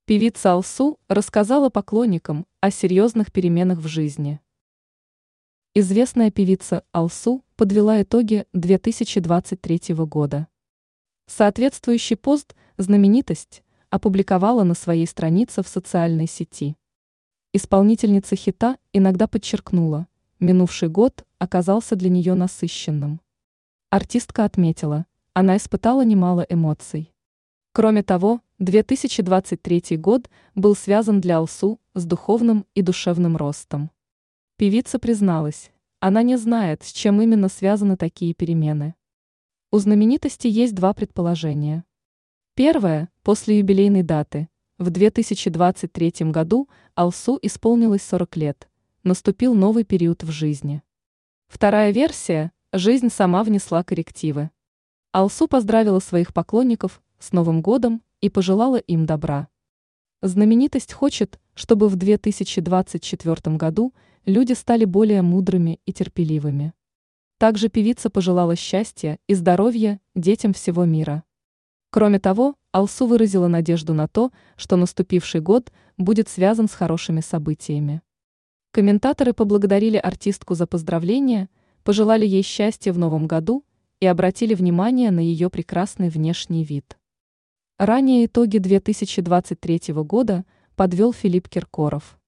Певица Алсу рассказала поклонникам о серьезных переменах в жизни. Известная певица Алсу подвела итоги 2023 года. Соответствующий пост знаменитость опубликовала на своей странице в социальной сети. Исполнительница хита иногда подчеркнула, минувший год оказался для нее насыщенным. Артистка отметила, она испытала немало эмоций. Кроме того, 2023 год был связан для Алсу с духовным и душевным ростом. Певица призналась, она не знает, с чем именно связаны такие перемены. У знаменитости есть два предположения. Первое, после юбилейной даты. В 2023 году Алсу исполнилось 40 лет, наступил новый период в жизни. Вторая версия – жизнь сама внесла коррективы. Алсу поздравила своих поклонников с Новым годом и пожелала им добра. Знаменитость хочет, чтобы в 2024 году люди стали более мудрыми и терпеливыми. Также певица пожелала счастья и здоровья детям всего мира. Кроме того, Алсу выразила надежду на то, что наступивший год будет связан с хорошими событиями. Комментаторы поблагодарили артистку за поздравления, пожелали ей счастья в новом году и обратили внимание на ее прекрасный внешний вид. Ранее итоги 2023 года подвел Филипп Киркоров.